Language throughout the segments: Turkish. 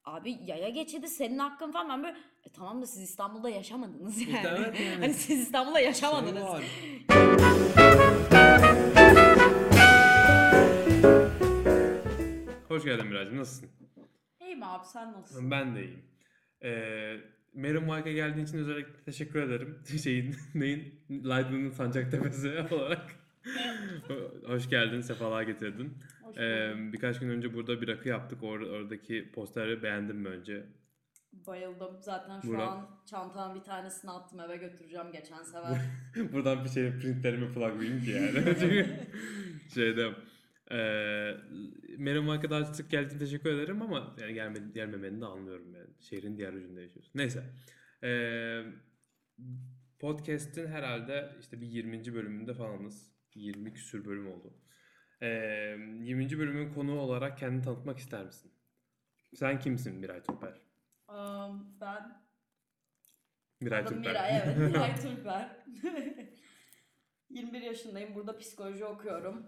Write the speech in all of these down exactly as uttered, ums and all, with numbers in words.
abi yaya geçidi senin hakkın falan. Ben böyle e, tamam da siz İstanbul'da yaşamadınız yani. Evet yani. Hani siz İstanbul'da yaşamadınız. Şey var. Hoş geldin Miracığım. Nasılsın? İyiyim abi, sen nasılsın? Ben de iyiyim. Ee, Meron Mark'a geldiğin için özellikle teşekkür ederim. Şeyin, neyin? Lightning'in Sancaktepe'si olarak. Hoş geldin, sefalar getirdin. Hoş Ee, buldum. birkaç gün önce burada bir rakı yaptık. Or- oradaki posterleri beğendim mi önce? Bayıldım. Zaten şu Burak. an çantamın bir tanesini attım, eve götüreceğim geçen sefer. Buradan bir şey printlerimi flaglayayım ki yani. Çünkü şeyde eee Meron Mark'a daha sık geldiğin için teşekkür ederim ama yani gelme, gelmemeni de anlıyorum yani. Şehrin diğer ucunda yaşıyorsun. Neyse. Eee podcast'in herhalde işte bir yirminci bölümünde falanız. yirmi küsür bölüm oldu. Eee yirminci bölümün konuğu olarak kendini tanıtmak ister misin? Sen kimsin Miray Turper? Um, ben Miray adım Turper. Miray, evet. Miray Turper. yirmi bir yaşındayım. Burada psikoloji okuyorum.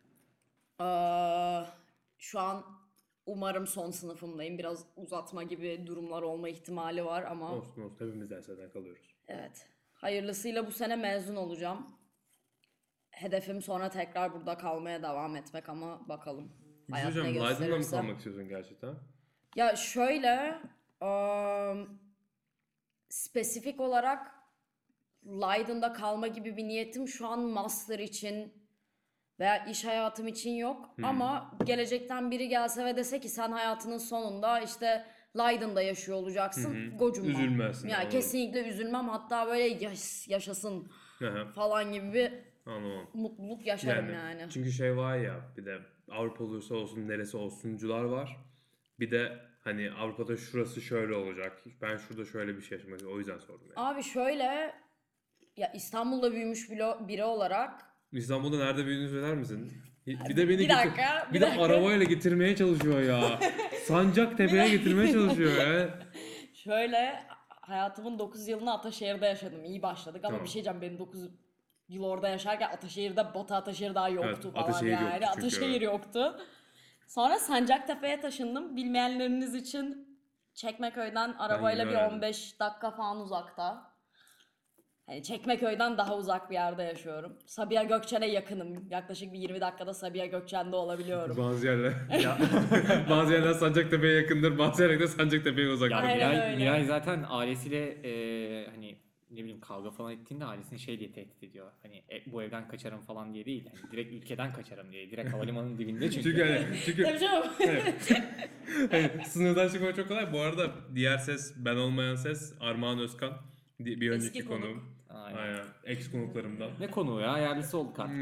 Aa, şu an umarım son sınıfımdayım. Biraz uzatma gibi durumlar olma ihtimali var ama Olsun olsun. Hepimiz derslerden kalıyoruz. evet. Hayırlısıyla bu sene mezun olacağım. Hedefim sonra tekrar burada kalmaya devam etmek ama bakalım. Bir şey Hayat ne söyleyeceğim. Leiden'da mı gösterirse. kalmak istiyorsun gerçekten? Ya şöyle, um, spesifik olarak Leiden'da kalma gibi bir niyetim şu an master için veya iş hayatım için yok. Hmm. Ama gelecekten biri gelse ve dese ki sen hayatının sonunda işte Leiden'da yaşıyor olacaksın. Hı hı. Gocunmam. Üzülmezsin, Ya anladım. kesinlikle üzülmem. Hatta böyle yaş- yaşasın Aha, falan gibi bir anladım. mutluluk yaşarım yani. Çünkü şey var ya, bir de Avrupa olursa olsun neresi olsuncular var. Bir de hani Avrupa'da şurası şöyle olacak. Ben şurada şöyle bir şey yaşamak istiyorum. O yüzden sordum yani. Abi şöyle, ya İstanbul'da büyümüş biri, biri olarak İstanbul'da nerede büyüdüğünü söyler misin? Bir de beni bir getir- dakika, bir, bir de dakika. arabayla getirmeye çalışıyor ya. Sancaktepe'ye getirmeye çalışıyor ya. şöyle hayatımın dokuz yılını Ataşehir'de yaşadım. İyi başladık ama Tamam. bir şey diyeceğim, benim dokuz yıl orada yaşarken Ataşehir'de, Batı Ataşehir daha yoktu Evet, falan Ataşehir yani. yoktu çünkü, Ataşehir evet. yoktu. Sonra Sancaktepe'ye taşındım. Bilmeyenleriniz için Çekmeköy'den arabayla bir öğrendim. on beş dakika falan uzakta. Hani Çekmeköy'den daha uzak bir yerde yaşıyorum. Sabiha Gökçen'e yakınım. Yaklaşık bir yirmi dakikada Sabiha Gökçen'de olabiliyorum. Bazı yerler bazı yerler Sancaktepe'ye yakındır, bazı yerler de Sancaktepe'ye Ya uzaktır. Aynen Miray, öyle. Miray zaten ailesiyle e, hani ne bileyim kavga falan ettiğinde ailesini şey diye tehdit ediyor. Hani e, bu evden kaçarım falan diye değil. Hani direkt ülkeden kaçarım diye. Direkt havalimanının dibinde çünkü. Çünkü hani, çünkü Tabii canım. evet. Hani sınırdan çıkmak çok kolay. Bu arada diğer ses, ben olmayan ses Armağan Özkan. Di- Bir önceki Eski konuk. konuğum. Aynen. Aynen. Ex konuklarımdan. Ne konu ya? Yerlisi olduk artık.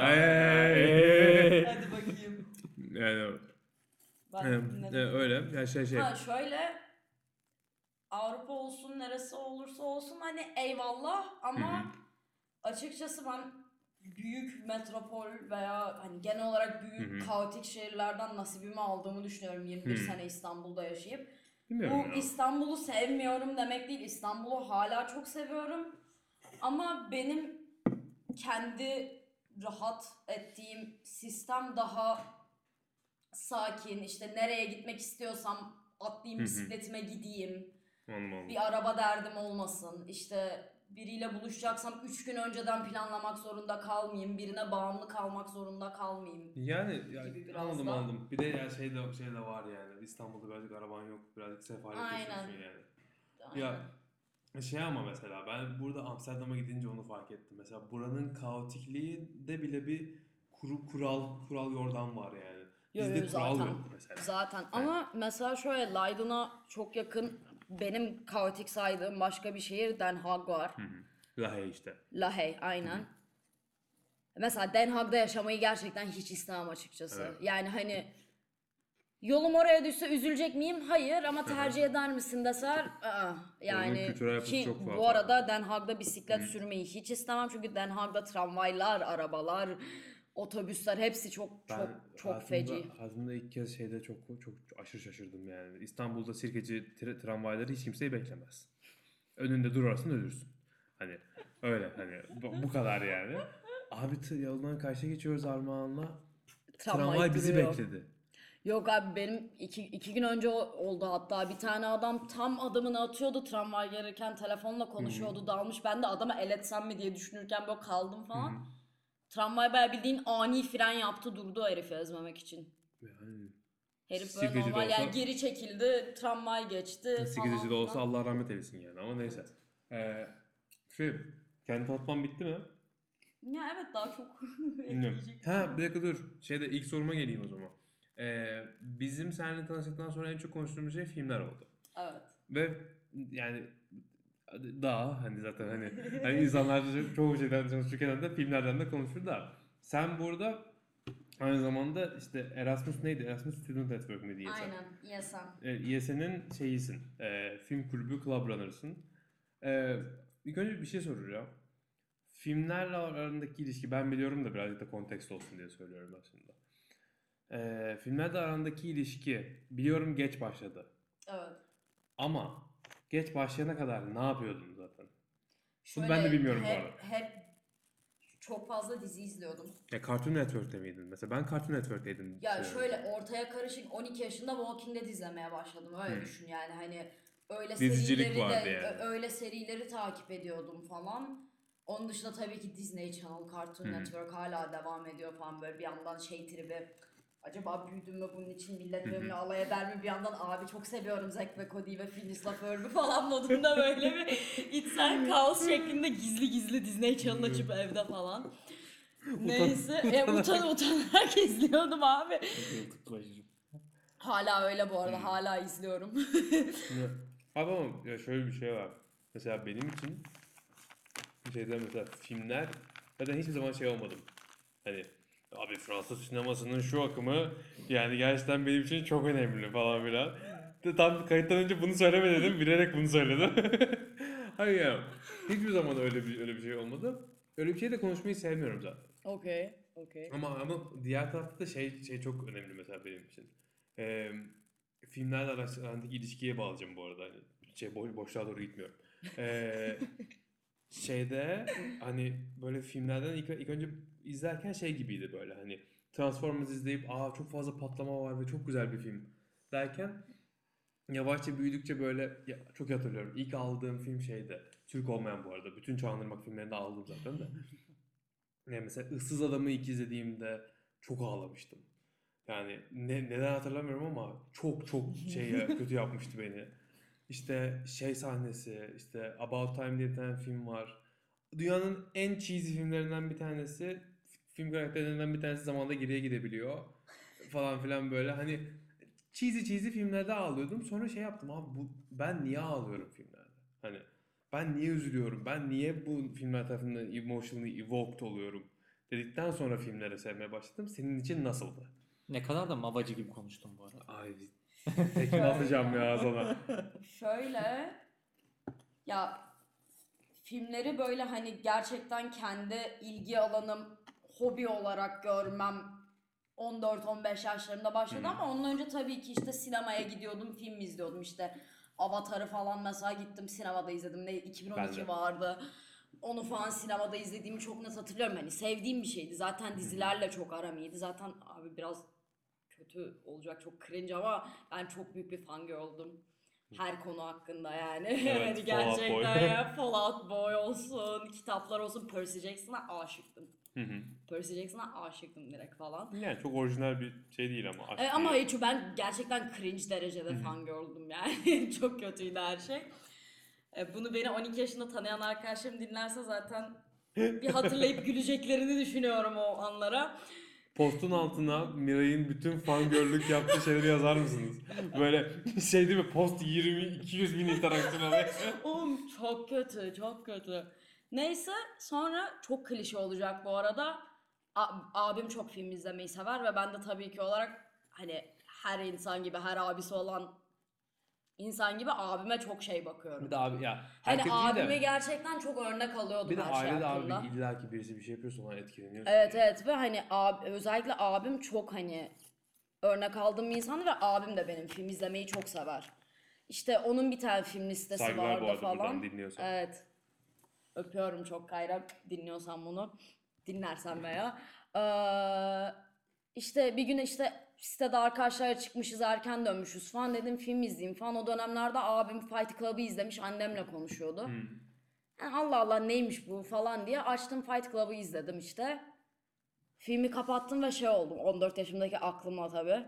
Ay. Hadi bakayım. Yani Ben e, dinledim. e, öyle. Yani şey şey. Ha şöyle, Avrupa olsun neresi olursa olsun hani eyvallah ama Hı hı. açıkçası ben büyük metropol veya hani genel olarak büyük Hı hı. kaotik şehirlerden nasibimi aldığımı düşünüyorum yirmi bir Hı. sene İstanbul'da yaşayıp. Bilmiyorum Bu ya. İstanbul'u sevmiyorum demek değil. İstanbul'u hala çok seviyorum. Ama benim kendi rahat ettiğim sistem daha sakin. İşte nereye gitmek istiyorsam atlayayım Hı hı. bisikletime gideyim. Anladım anladım. Bir araba derdim olmasın. İşte biriyle buluşacaksam üç gün önceden planlamak zorunda kalmayayım. Birine bağımlı kalmak zorunda kalmayayım. Yani ya, Gibi biraz anladım da. anladım. Bir de ya şey de şey de var yani. İstanbul'da birazcık araban yok, birazcık sefalet Aynen. yaşıyorsun yani. Aynen. Ya şey ama mesela ben burada Amsterdam'a gidince onu fark ettim. Mesela buranın kaotikliğinde bile bir kuru kural kural yordam var yani. Yo, Bizde yo, kural zaten. yok mesela. Zaten ama mesela şöyle Leiden'a çok yakın benim kaotik saydığım başka bir şehir Den Haag var. Hı hı. Lahey işte. Lahey aynen. Mesela Den Haag'da yaşamayı gerçekten hiç istemem açıkçası. Evet. Yani hani yolum oraya düşse üzülecek miyim? Hayır ama tercih eder misin deser aa, yani kültürel yapısı ki çok bu farklı. arada Den Haag'da bisiklet sürmeyi hiç istemem çünkü Den Haag'da tramvaylar, arabalar, otobüsler hepsi çok çok çok hayatımda, feci. hayatımda ilk kez şeyde çok çok aşırı şaşırdım yani. İstanbul'da sirkeci tra- tramvayları hiç kimseyi beklemez. Önünde durarsın ölürsün. Hani öyle hani bu, bu kadar yani. Abi t- yoldan karşıya geçiyoruz Armağan'la. Tramvay Tramvay bizi duruyor. bekledi. Yok abi benim iki, iki gün önce o- oldu hatta bir tane adam tam adımını atıyordu tramvay gelirken telefonla konuşuyordu dalmış. Ben de adama el etsem mi diye düşünürken böyle kaldım falan. Tramvay bayağı bildiğin ani fren yaptı durdu herifi ezmemek için. Yani Herif böyle Sigaracı da normal yani olsa- geri çekildi tramvay geçti Sigirci falan de olsa filan. Allah rahmet eylesin yani ama neyse. Ee, şey, kendi tatman bitti mi? Ya evet daha çok Bilmiyorum. etkileyecek. Ha bir dakika dur. Şeyde ilk soruma geleyim o zaman. Ee, bizim seninle tanıştıktan sonra en çok konuştuğumuz şey filmler oldu. Evet. Ve yani daha hani zaten hani, hani insanlar çoğu şeyden konuşurken de filmlerden de konuşur da sen burada aynı zamanda işte Erasmus neydi? Erasmus Student Network miydi Y S N? Aynen yesem. E, Y S N'in şeyisin. E, film kulübü Club Runner'sın. E, ilk önce bir şey soracağım. Filmlerle arasındaki ilişki ben biliyorum da birazcık da kontekst olsun diye söylüyorum aslında. E, filmlerle arasındaki ilişki biliyorum geç başladı. Evet. Ama geç başlayana kadar ne yapıyordun zaten? Şöyle, ben de bilmiyorum bu hep, arada. Hep çok fazla dizi izliyordum. Ya Cartoon Network'te miydin? Mesela ben Cartoon Network'teydim. Ya Şey- şöyle ortaya karışık on iki yaşında Walking Dead izlemeye başladım. Öyle Hmm. düşün yani hani öyle Dizicilik serileri vardı de yani. ö- öyle serileri takip ediyordum falan. Onun dışında tabii ki Disney Channel, Cartoon Hı hı. Network hala devam ediyor falan böyle bir yandan şey tribi. Acaba büyüdüm mü bunun için millet benimle alay eder mi? Bir yandan abi çok seviyorum Zack ve Cody ve Phineas Laffer'ı falan modunda böyle bir içsel kaos şeklinde gizli gizli Disney Channel açıp evde falan. Neyse e, utan utanarak izliyordum abi. Guilty pleasure. Hala öyle bu arada Hmm. hala izliyorum. Ya, abi ama ya şöyle bir şey var. Mesela benim için şeyden mesela filmler zaten hiçbir zaman şey olmadım. Hani abi Fransız sinemasının şu akımı yani gerçekten benim için çok önemli falan filan. De- Tam kayıttan önce bunu söyleme dedim. Bilerek bunu söyledim. Hayır ya. Hiçbir zaman öyle bir öyle bir şey olmadı. Öyle bir şey de konuşmayı sevmiyorum zaten. Okey, okey. Ama ama diğer tarafta da şey şey çok önemli mesela benim için. Ee, filmlerle arasındaki ilişkiye bağlayacağım bu arada. Hani şey boş, boşluğa doğru gitmiyorum. Ee, şeyde hani böyle filmlerden ilk, ilk önce izlerken şey gibiydi böyle hani Transformers izleyip aa çok fazla patlama var ve çok güzel bir film derken yavaşça büyüdükçe böyle ya, çok iyi hatırlıyorum. İlk aldığım film şeydi. Türk olmayan bu arada. Bütün Çağınırmak filmlerini de aldım zaten de. Yani mesela Issız Adam'ı ilk izlediğimde çok ağlamıştım. Yani ne, neden hatırlamıyorum ama çok çok şey ya, kötü yapmıştı beni. İşte şey sahnesi, işte About Time diye bir tane film var. Dünyanın en cheesy filmlerinden bir tanesi. Film karakterlerinden bir tanesi zamanda geriye gidebiliyor. Falan filan böyle. Hani cheesy cheesy filmlerde ağlıyordum. Sonra şey yaptım abi bu ben niye ağlıyorum filmlerde? Hani ben niye üzülüyorum? Ben niye bu filmler tarafından emotionally evoked oluyorum? Dedikten sonra filmleri sevmeye başladım. Senin için nasıldı? Ne kadar da mavacı gibi konuştum bu arada. Ay tekme atacağım ya sana. Şöyle ya filmleri böyle hani gerçekten kendi ilgi alanım, hobi olarak görmem on dört on beş yaşlarında başladı Hı. ama ondan önce tabii ki işte sinemaya gidiyordum, film izliyordum işte. Avatar'ı falan mesela gittim sinemada izledim. Ne iki bin on Ben iki de. vardı. Onu falan sinemada izlediğimi çok net hatırlıyorum. Hani sevdiğim bir şeydi. Zaten dizilerle çok aram iyiydi. Zaten abi biraz kötü olacak çok cringe ama ben çok büyük bir fangirl'dum. Her konu hakkında yani. Evet, Hani Fall Out Boy. gerçekten ya Fall Out Boy olsun, kitaplar olsun Percy Jackson'a aşıktım. Hı hı. Percy Jackson'a aşıktım direkt falan. Yani çok orijinal bir şey değil ama aşk E, ama değil. hiç ben gerçekten cringe derecede Hı hı. fangirl'dum yani. Çok kötüydü her şey. E, bunu beni on iki yaşında tanıyan arkadaşlarım dinlerse zaten bir hatırlayıp güleceklerini düşünüyorum o anlara. Postun altına Miray'ın bütün fangirl'lük yaptığı şeyleri yazar mısınız? Böyle şey değil mi? Post yirmi iki yüz bin interaksiyon alıyor. Oğlum çok kötü, çok kötü. Neyse sonra çok klişe olacak bu arada. A- abim çok film izlemeyi sever ve ben de tabii ki olarak hani her insan gibi, her abisi olan insan gibi abime çok şey bakıyorum. Bir de abi ya Hani herkes değil abime de gerçekten çok örnek alıyordum bir de her şey ailede abi hakkında. illaki birisi bir şey yapıyorsa ona etkileniyorsun. Evet yani. evet ve hani ab, özellikle abim çok hani örnek aldığım bir insandı ve abim de benim film izlemeyi çok sever. İşte onun bir tane film listesi Saygılar bu vardı arada buradan falan. dinliyorsan. Evet. Öpüyorum çok Kayra dinliyorsan bunu. Dinlersen veya. Ee, işte bir gün işte sitede arkadaşlarla çıkmışız, erken dönmüşüz falan, dedim film izleyeyim falan. O dönemlerde abim Fight Club'ı izlemiş, annemle konuşuyordu. Hmm. Yani Allah Allah neymiş bu falan diye açtım, Fight Club'ı izledim işte. Filmi kapattım ve şey oldum, on dört yaşımdaki aklıma tabii.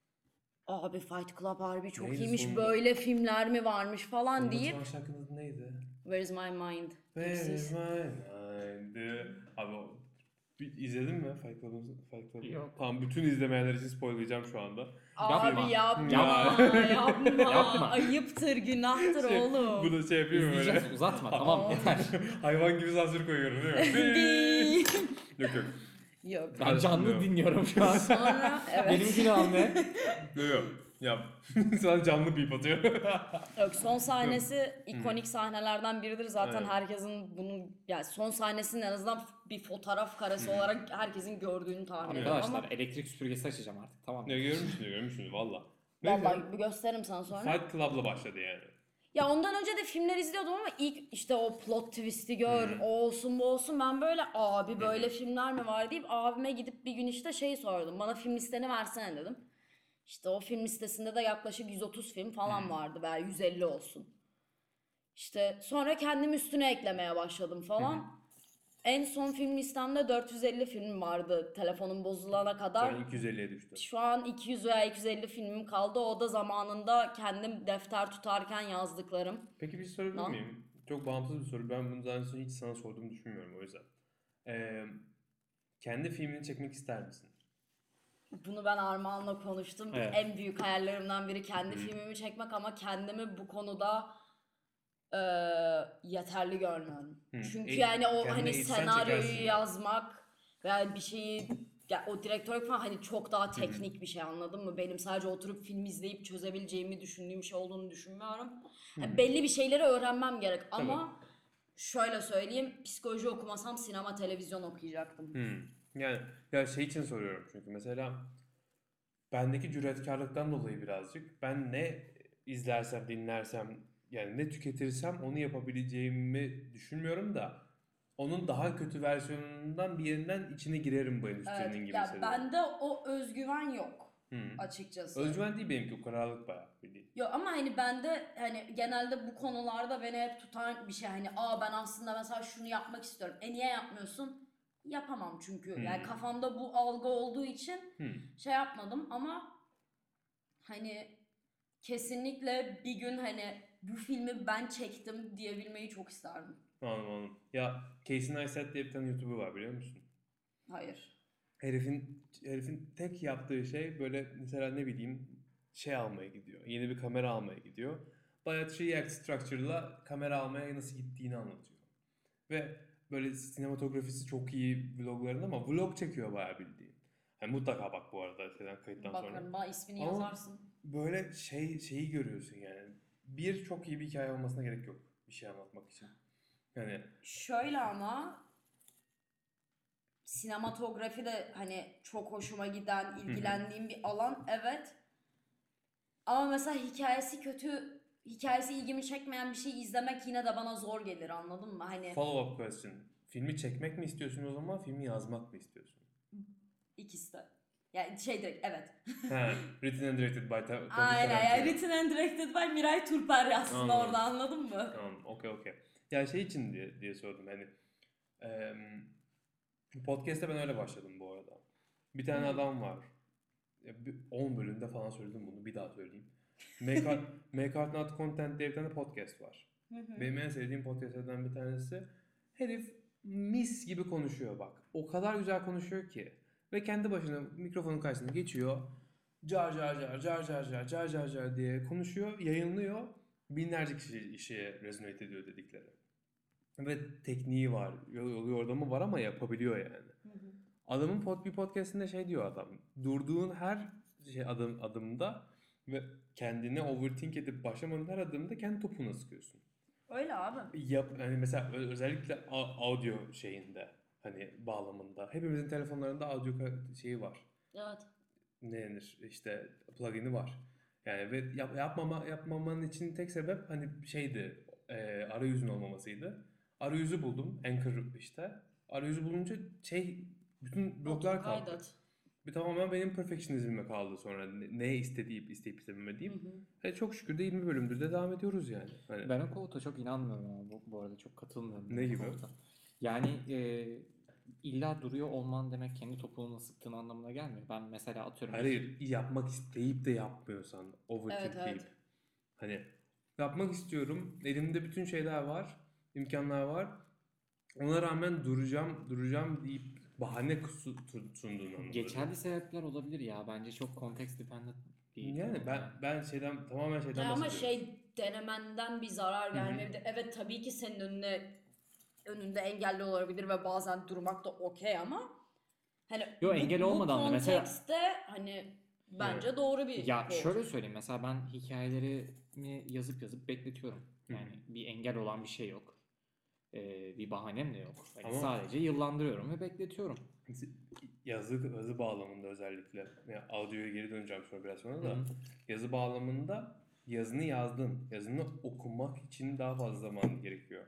Abi Fight Club harbi çok Neydi iyiymiş, sonunda? böyle filmler mi varmış falan Onda deyip. çalan şarkının adı neydi? Where is my mind? Where is Dipsiz. my mind? Abi o- bir izledin mi Fight Club'ı? Fight Club'ı? Yok. Tamam, bütün izlemeyenler için spoilayacağım şu anda. Abi Yapma. yapma, Ya. yapma, Yapma. ayıptır, günahtır Şey, oğlum. Bu da şey yapıyor mu böyle? İzleyeceğiz, uzatma tamam yeter. Hayvan gibi sansür koyuyorum değil mi? Değil. Yok yok. Yok. Ben canlı Yok. dinliyorum şu an. Sonra evet. Benim günahım ne? Yok yok. Yap. Sana canlı bip atıyor. Yok, son sahnesi ikonik sahnelerden biridir. Zaten Evet. herkesin bunun, yani son sahnesinin en azından bir fotoğraf karesi olarak herkesin gördüğünü tahmin ediyorum Arkadaşlar ama elektrik süpürgesi açacağım artık tamam mı? Ne görmüşsün görmüşsün valla. Neyse. vallahi bir gösteririm sana sonra. Fight Club'la başladı yani. Ya ondan önce de filmler izliyordum ama ilk işte o plot twist'i gör, o olsun bu olsun, ben böyle abi böyle filmler mi var deyip abime gidip bir gün işte şey sordum. Bana film listeni versene dedim. İşte o film listesinde de yaklaşık yüz otuz film falan vardı veya yüz elli olsun. İşte sonra kendim üstüne eklemeye başladım falan. En son film listemde dört yüz elli film vardı telefonum bozulana kadar. Sonra iki yüz elliye düştü. Şu an iki yüz veya iki yüz elli filmim kaldı. O da zamanında kendim defter tutarken yazdıklarım. Peki bir şey sorabilir Lan. miyim? Çok bağımsız bir soru. Ben bunu daha önce hiç sana sorduğumu düşünmüyorum o yüzden. Ee, kendi filmini çekmek ister misin? Bunu ben Armağan'la konuştum. Evet. En büyük hayallerimden biri kendi filmimi çekmek ama kendimi bu konuda e, yeterli görmüyorum. Hı. Çünkü E, yani o kendine hani eğitsen senaryoyu çekersin. yazmak veya bir şeyi, ya o direktörlük falan hani çok daha teknik bir şey, anladın mı? Benim sadece oturup film izleyip çözebileceğimi düşündüğüm şey olduğunu düşünmüyorum. Yani belli bir şeyleri öğrenmem gerek ama şöyle söyleyeyim, psikoloji okumasam sinema televizyon okuyacaktım. Hmm. Yani ya şey için soruyorum çünkü mesela bendeki cüretkarlıktan dolayı birazcık ben ne izlersem dinlersem yani ne tüketirsem onu yapabileceğimi düşünmüyorum da onun daha kötü versiyonundan bir yerinden içine girerim bu endüstrinin Evet, gibi ya hissediyorum. bende o özgüven yok Hmm. açıkçası. Özgüven değil benimki, o kararlılık bayağı bildiğin. Yok ama hani bende hani genelde bu konularda beni hep tutan bir şey, hani aa ben aslında mesela şunu yapmak istiyorum. E niye yapmıyorsun? Yapamam çünkü. Hmm. Yani kafamda bu algı olduğu için Hmm. şey yapmadım ama hani kesinlikle bir gün hani bu filmi ben çektim diyebilmeyi çok isterdim. Anladım anladım. Ya Casey Neistat diye bir tane YouTuber var, biliyor musun? Hayır. Herifin herifin tek yaptığı şey böyle mesela ne bileyim şey almaya gidiyor. Yeni bir kamera almaya gidiyor. Bayağı three act structure'la kamera almaya nasıl gittiğini anlatıyor. Ve böyle sinematografisi çok iyi vlogların ama vlog çekiyor bayağı bildiğin. Yani mutlaka bak bu arada şeyden kayıttan sonra. Bakarım, bana ismini Ama yazarsın. böyle şey şeyi görüyorsun yani. Bir çok iyi bir hikaye olmasına gerek yok bir şey anlatmak için. Yani Şöyle ama sinematografi de hani çok hoşuma giden, ilgilendiğim bir alan, evet. Ama mesela hikayesi kötü, hikayesi ilgimi çekmeyen bir şey izlemek yine de bana zor gelir, anladın mı? Hani follow-up question. Filmi çekmek mi istiyorsun o zaman, filmi yazmak mı istiyorsun? ikisi de. Yani şey direkt evet. Ha, written and directed by Ta- Quentin Aynen, yani Tarantino. written and directed by Miray Turper aslında Anladım. orada, anladın mı? Tamam, okey okey. Ya şey için diye, diye sordum hani. em, podcast'te ben öyle başladım bu arada. Bir tane adam var. Ya bir on bölümde falan söyledim bunu, bir daha söyleyeyim. Make Art, Make Art Not Content diye bir tane podcast var. Benim en sevdiğim podcastlerden bir tanesi. Herif mis gibi konuşuyor bak. O kadar güzel konuşuyor ki. Ve kendi başına mikrofonun karşısına geçiyor. Car car car car car car car car car diye konuşuyor, yayınlıyor. Binlerce kişi işe resonate ediyor dedikleri. Ve tekniği var. Yolu yordamı var ama yapabiliyor yani. Adamın pod, bir podcastinde şey diyor adam. Durduğun her şey adım adımda ve kendine overthink edip başlamanın her adımda kendi topuna sıkıyorsun. Öyle abi. Yap, hani mesela ö- özellikle a- audio şeyinde hani bağlamında hepimizin telefonlarında audio ka- şeyi var. Evet. Ne denir işte plugin'i var. Yani ve yap, yapmama yapmamanın için tek sebep hani şeydi, e, arayüzün olmamasıydı. Arayüzü buldum, Anchor işte. Arayüzü bulunca şey bütün bloklar Otur kalktı. kaydet. bir tamamen benim perfectionizmime kaldı sonra. Ne, ne istediğim, isteyip istememediğim. Hı hı. Ve çok şükür de yirmi bölümdür de devam ediyoruz yani. Hani Ben o quote'a çok inanmıyorum ama bu, bu arada çok katılmıyorum. Ne ben o gibi? quote'a. Yani e, illa duruyor olman demek kendi topuğunu sıktığın anlamına gelmiyor. Ben mesela atıyorum. hayır, yapmak isteyip de yapmıyorsan overthinkleyip. Evet, evet. Hani yapmak istiyorum. Elimde bütün şeyler var. İmkanlar var. Ona rağmen duracağım, duracağım deyip bahane su- tu- sunduğun anlamında. Geçerli sebepler olabilir ya. Bence çok context dependent bir Yani konu ben ya. ben şeyden tamamen şeyden Ya ama bahsediyorum. şey denemenden bir zarar hı. gelmeyebilir. Evet tabii ki senin önüne önünde engelli olabilir ve bazen durmak da okey ama hani Yo, bu, engel bu olmadan da mesela- kontekste hani bence Evet. doğru bir Ya quote. şöyle söyleyeyim, mesela ben hikayelerimi yazıp yazıp bekletiyorum. Hı hı. Yani bir engel olan bir şey yok. Ee, bir bahanem de yok. Hani Ama- sadece yıllandırıyorum ve bekletiyorum. Yazı, yazı bağlamında özellikle. Yani audioya geri döneceğim sonra biraz sonra da. Hı hı. Yazı bağlamında yazını yazdın. Yazını okumak için daha fazla zaman gerekiyor.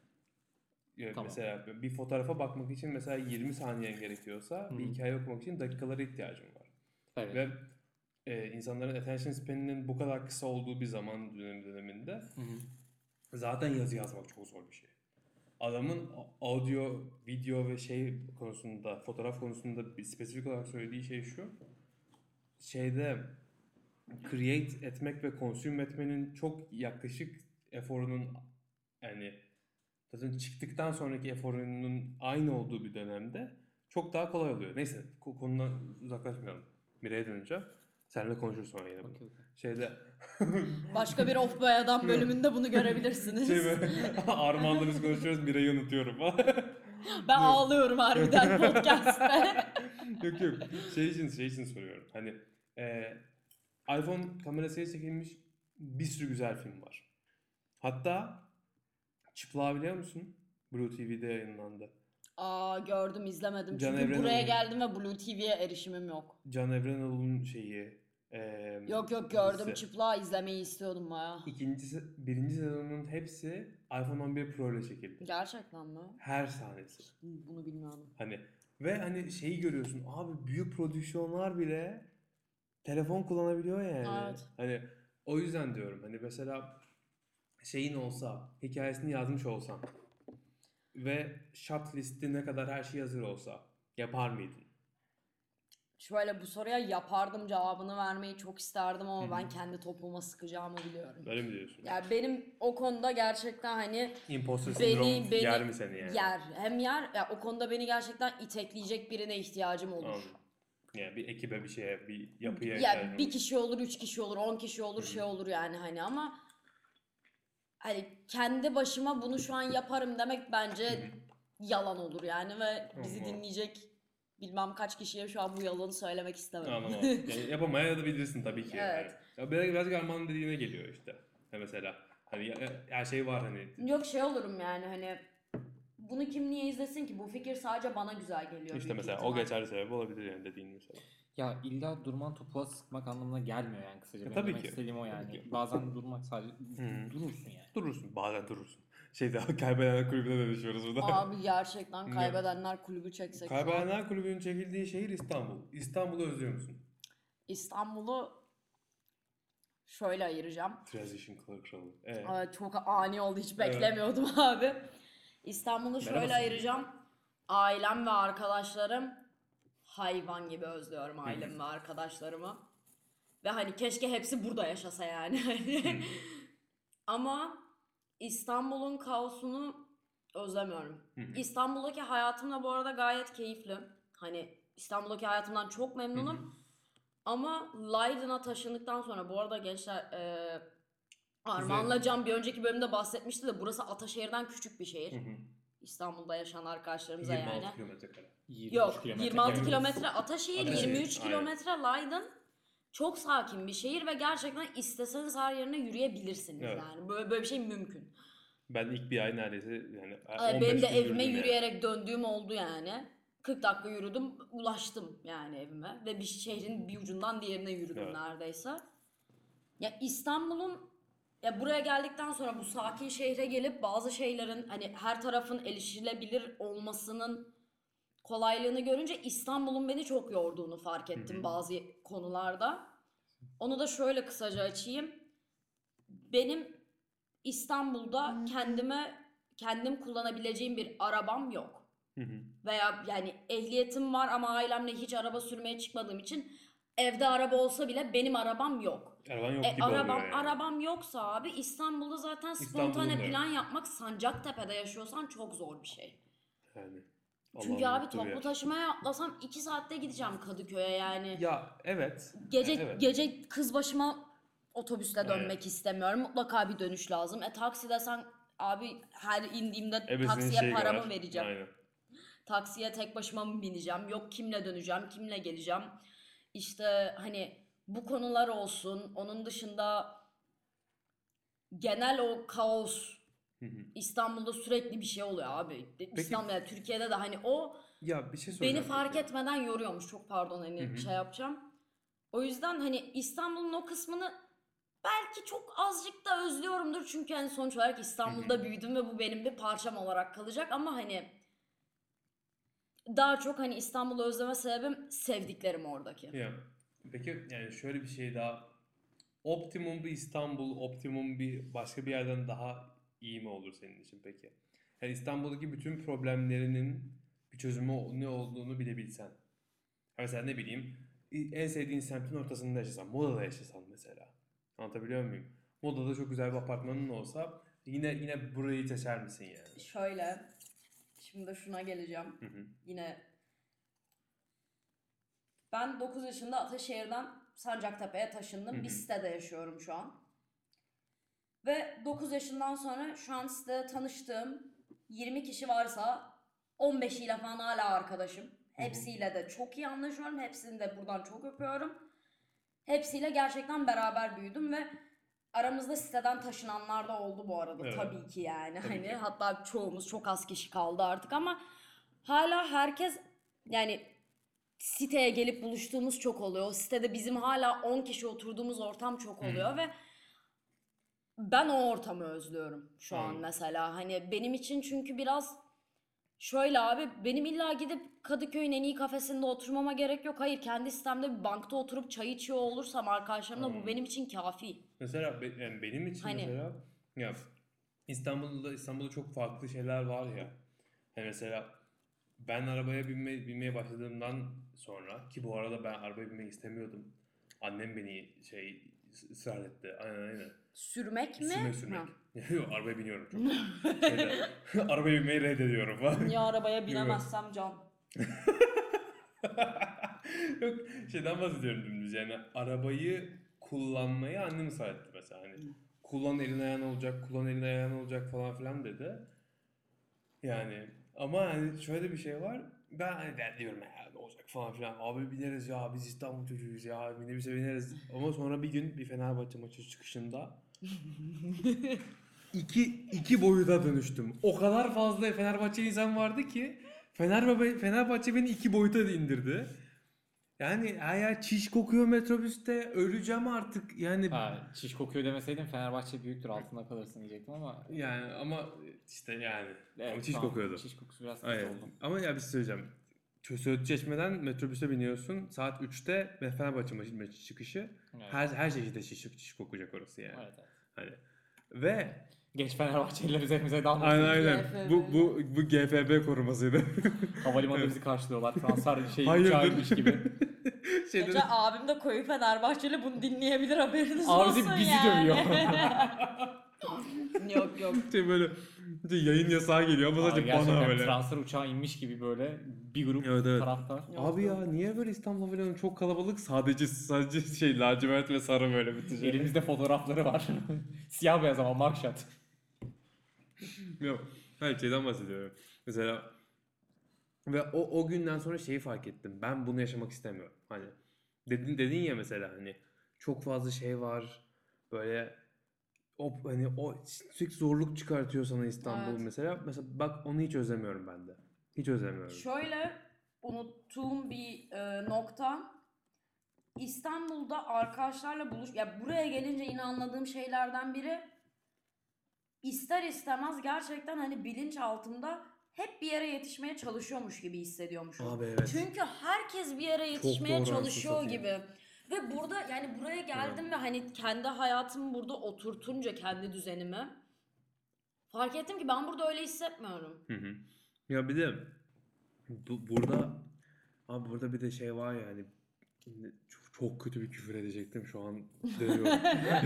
Ya Tamam. Mesela bir fotoğrafa bakmak için mesela yirmi saniyen gerekiyorsa Hı bir hı. hikaye okumak için dakikalara ihtiyacın var. Evet. Ve e, insanların attention span'inin bu kadar kısa olduğu bir zaman dönemi döneminde Hı hı. zaten yazı yazmak çok zor bir şey. Adamın audio, video ve şey konusunda, fotoğraf konusunda bir spesifik olarak söylediği şey şu. Şeyde create etmek ve consume etmenin çok yaklaşık eforunun yani zaten çıktıktan sonraki eforunun aynı olduğu bir dönemde çok daha kolay oluyor. Neyse ko- konudan uzaklaşmayalım. Miray'a döneceğim. Seninle konuşuruz sonra yine bunu. Okey, okey. Şeyde Başka bir Of Be Adam bölümünde bunu görebilirsiniz. şey böyle Armağan'la biz konuşuyoruz, Miray'ı unutuyorum. Ben ağlıyorum harbiden podcast'te. Yok yok. Şey için şey için soruyorum. Hani e, iPhone kamerasıyla çekilmiş bir sürü güzel film var. Hatta Çıplağı biliyor musun? Blue T V'de yayınlandı. Aa gördüm izlemedim. Can Çünkü Evren'in buraya oyunu. geldim ve Blue T V'ye erişimim yok. Can Evrenol'un şeyi. E, Yok yok gördüm. dizisi. Çıplağı izlemeyi istiyordum baya. İkincisi, birinci sezonun hepsi iPhone on bir Pro ile çekildi. Gerçekten mi? Her sahnesi. Bunu bilmiyordum. Hani ve hani şeyi görüyorsun abi büyük prodüksiyonlar bile telefon kullanabiliyor yani. Evet. Hani o yüzden diyorum hani mesela şeyin olsa hikayesini yazmış olsan ve shot listi ne kadar her şey hazır olsa yapar mıydın? Şöyle bu soruya yapardım cevabını vermeyi çok isterdim ama Hı hı. ben kendi topuğuma sıkacağımı biliyorum. Öyle mi diyorsun? Yani benim o konuda gerçekten hani Imposter beni sindrom beni yer mi seni yani? yer. Hem yer ya o konuda beni gerçekten itekleyecek birine ihtiyacım olur. Anladım. Yani bir ekibe bir şeye bir yapıya Ya ihtiyacın bir olur. kişi olur, üç kişi olur, on kişi olur, Hı hı. şey olur yani hani ama hani kendi başıma bunu şu an yaparım demek bence yalan olur yani ve bizi Anladım. dinleyecek bilmem kaç kişiye şu an bu yalanı söylemek istemem. Anlamadım. Yani yapamaya da bilirsin tabii ki. Evet. Yani. Ya biraz, biraz Armağan'ın dediğine geliyor işte. Ha mesela hani ya- ya- her şey var hani. Yok şey olurum yani hani bunu kim niye izlesin ki? Bu fikir sadece bana güzel geliyor. İşte büyük mesela o ihtimal. geçerli sebep olabilir yani dediğin mesela. Ya illa durman topuğa sıkmak anlamına gelmiyor yani kısaca. E, Benim tabii demek ki. istediğim o Tabii yani. ki. Bazen durmak sadece Hı. durursun yani. Durursun. Bazen durursun. Şeyde kaybedenler kulübüne dönüşüyoruz burada. Abi gerçekten Ne? kaybedenler kulübü çeksek şu an. Kaybedenler kulübünün çekildiği şehir İstanbul. İstanbul'u özlüyor musun? İstanbul'u şöyle ayıracağım. Transition kralı. Evet. Aa, çok ani oldu hiç Evet. beklemiyordum abi. İstanbul'u şöyle Merhaba. ayıracağım. Ailem ve arkadaşlarım hayvan gibi özlüyorum ailemi ve arkadaşlarımı. Ve hani keşke hepsi burada yaşasa yani. Ama İstanbul'un kaosunu özlemiyorum. Hı hı. İstanbul'daki hayatım da bu arada gayet keyifli. Hani İstanbul'daki hayatımdan çok memnunum. Ama Leiden'a taşındıktan sonra bu arada gençler e, Armağan'la Can bir önceki bölümde bahsetmişti de burası Ataşehir'den küçük bir şehir. Hı hı. İstanbul'da yaşayan arkadaşlarımıza yirmi altı yani. kilometre kare. yirmi üç Yok kilometre yirmi altı geliriz. kilometre Ataşehir, Ataşehir, yirmi üç aynen. kilometre Leiden. Çok sakin bir şehir ve gerçekten isteseniz her yerine yürüyebilirsiniz Evet. yani. Böyle böyle bir şey mümkün. Ben ilk bir ay neredeyse yani Ay, on beş benim de gün evime yürüdüm yani. yürüyerek döndüğüm oldu yani. kırk dakika yürüdüm, ulaştım yani evime ve bir şehrin bir ucundan diğerine yürüdüm Evet. neredeyse. Ya İstanbul'un ya buraya geldikten sonra bu sakin şehre gelip bazı şeylerin hani her tarafın erişilebilir olmasının kolaylığını görünce İstanbul'un beni çok yorduğunu fark ettim Hı hı. bazı konularda. Onu da şöyle kısaca açayım. Benim İstanbul'da kendime kendim kullanabileceğim bir arabam yok. Hı hı. Veya yani ehliyetim var ama ailemle hiç araba sürmeye çıkmadığım için evde araba olsa bile benim arabam yok. Araban yok E, gibi arabam oluyor yani. arabam yoksa abi İstanbul'da zaten İstanbul'un spontane da yok. plan yapmak, Sancaktepe'de yaşıyorsan çok zor bir şey. Yani. Çünkü Allah'ın abi mutlu bir toplu yer. taşımaya atlasam iki saatte gideceğim Kadıköy'e yani. Ya evet. Gece Evet. gece kız başıma otobüsle dönmek Aynen. istemiyorum. Mutlaka bir dönüş lazım. E taksi desen abi her indiğimde Ebesinin taksiye şey paramı kadar. vereceğim. Aynen. Taksiye tek başıma mı bineceğim? Yok kimle döneceğim? Kimle geleceğim? İşte hani bu konular olsun. Onun dışında genel o kaos. Hı hı. İstanbul'da sürekli bir şey oluyor abi. İstanbul'da yani Türkiye'de de hani o Ya bir şey soracağım. beni fark peki. etmeden yoruyormuş. Çok pardon hani Hı hı. şey yapacağım. O yüzden hani İstanbul'un o kısmını belki çok azıcık da özlüyorumdur. Çünkü hani sonuç olarak İstanbul'da büyüdüm ve bu benim bir parçam olarak kalacak. Ama hani daha çok hani İstanbul'u özleme sebebim sevdiklerim oradaki. Ya peki yani şöyle bir şey daha, optimum bir İstanbul, optimum bir başka bir yerden daha iyi mi olur senin için peki? Yani İstanbul'daki bütün problemlerinin bir çözümü ne olduğunu bilebilsen. Ha mesela ne bileyim, en sevdiğin semtin ortasında yaşasan, Moda'da yaşasan mesela. Anlatabiliyor muyum? Moda'da çok güzel bir apartmanın olsa yine yine burayı seçer misin yani? Şöyle, şimdi şuna geleceğim. Hı hı. Yine ben dokuz yaşında Ataşehir'den Sancaktepe'ye taşındım. Hı hı. Bir sitede yaşıyorum şu an. Ve dokuz yaşından sonra şu an sitede tanıştığım yirmi kişi varsa on beşiyle falan hala arkadaşım. Hepsiyle de çok iyi anlaşıyorum. Hepsini de buradan çok öpüyorum. Hepsiyle gerçekten beraber büyüdüm ve aramızda siteden taşınanlar da oldu bu arada. Evet. Tabii ki yani. Tabii hani ki. hatta çoğumuz, çok az kişi kaldı artık ama hala herkes yani siteye gelip buluştuğumuz çok oluyor. O sitede bizim hala on kişi oturduğumuz ortam çok oluyor ve ben o ortamı özlüyorum şu an Anladım. mesela. Hani benim için çünkü biraz şöyle abi, benim illa gidip Kadıköy'ün en iyi kafesinde oturmama gerek yok. Hayır, kendi sitemde bir bankta oturup çay içiyor olursam arkadaşlarımla bu Anladım. benim için kafi. Mesela be- yani benim için Hani- mesela ya İstanbul'da İstanbul'da çok farklı şeyler var ya. Hani mesela ben arabaya binme, binmeye başladığımdan sonra, ki bu arada ben arabaya binmek istemiyordum. Annem beni şey ısrar etti. Aynen aynen. Sürmek mi? Sürmek sürmek. Ha. Yok, arabaya biniyorum çok. Şeyde, arabaya binmeyi reddediyorum falan. Niye arabaya binemezsem can? Yok, şeyden bahsediyorum dümdüz, yani arabayı kullanmayı annem ısrar etti mesela, hani kullan, elin ayağın olacak, kullan, elin ayağın olacak falan filan dedi. Yani ama hani şöyle bir şey var, ben hani ben diyorum ya ne olacak falan filan, abi bineriz ya, biz İstanbul çocuğuyuz ya, minibüse bineriz, ama sonra bir gün bir Fenerbahçe maçı çıkışında iki, iki boyuta dönüştüm. O kadar fazla Fenerbahçe insan vardı ki Fenerbahçe, Fenerbahçe beni iki boyuta indirdi. Yani her yer çiş kokuyor metrobüste, öleceğim artık yani. Ha, çiş kokuyor demeseydin Fenerbahçe büyüktür altında kalırsın diyecektim ama. Yani ama işte yani Evet, ama çiş tamam. kokuyordu. Çiş kokusu biraz kötü Aynen. oldu. Ama ya bir şey söyleyeceğim. Söğüt Çeşme'den metrobüse biniyorsun saat üçte ve Fenerbahçe maçı, maçı çıkışı. Evet. Her her şekilde çiş, çiş kokacak orası yani. Evet, evet. Hani ve Geç Fenerbahçeliler üzerimize dalmasın. aynen aynen. G F B. Bu bu bu G F B korumasıydı. Havalimanında bizi karşılıyorlar. Transfer şey Hayırdır? uçağıymış gibi. Şeyde Gece abim de koyu Fenerbahçeli, bunu dinleyebilir, haberiniz Abisi olsun bizi yani. dövüyor. Yok yok. şey böyle işte yayın yasağı geliyor ama Aa, sadece gerçekten bana böyle. transfer uçağı inmiş gibi böyle bir grup Evet, evet. taraftar. Abi ya niye böyle İstanbul Havalimanı çok kalabalık, sadece sadece şey lacivert ve sarı böyle bitecek. Elimizde fotoğrafları var. Siyah beyaz ama marşat. Yok. Hayır, şeyden bahsediyorum. Mesela ve o o günden sonra şeyi fark ettim. Ben bunu yaşamak istemiyorum. Hani dedin dedin ya mesela, hani çok fazla şey var. Böyle o hani o sürekli zorluk çıkartıyor sana İstanbul Evet. mesela. Mesela bak onu hiç özlemiyorum ben de. Hiç özlemiyorum. Şöyle unuttuğum bir e, nokta, İstanbul'da arkadaşlarla buluş, ya buraya gelince yine anladığım şeylerden biri, ister istemez gerçekten hani bilinçaltımda hep bir yere yetişmeye çalışıyormuş gibi hissediyormuşum. Abi evet. Çünkü herkes bir yere yetişmeye doğru, çalışıyor haklısın. gibi. Ve burada yani buraya geldim ve hani kendi hayatımı burada oturtunca kendi düzenimi fark ettim ki ben burada öyle hissetmiyorum. Hı hı. Ya bir de bu, burada abi burada bir de şey var ya hani çok, çok kötü bir küfür edecektim şu an dönüyorum.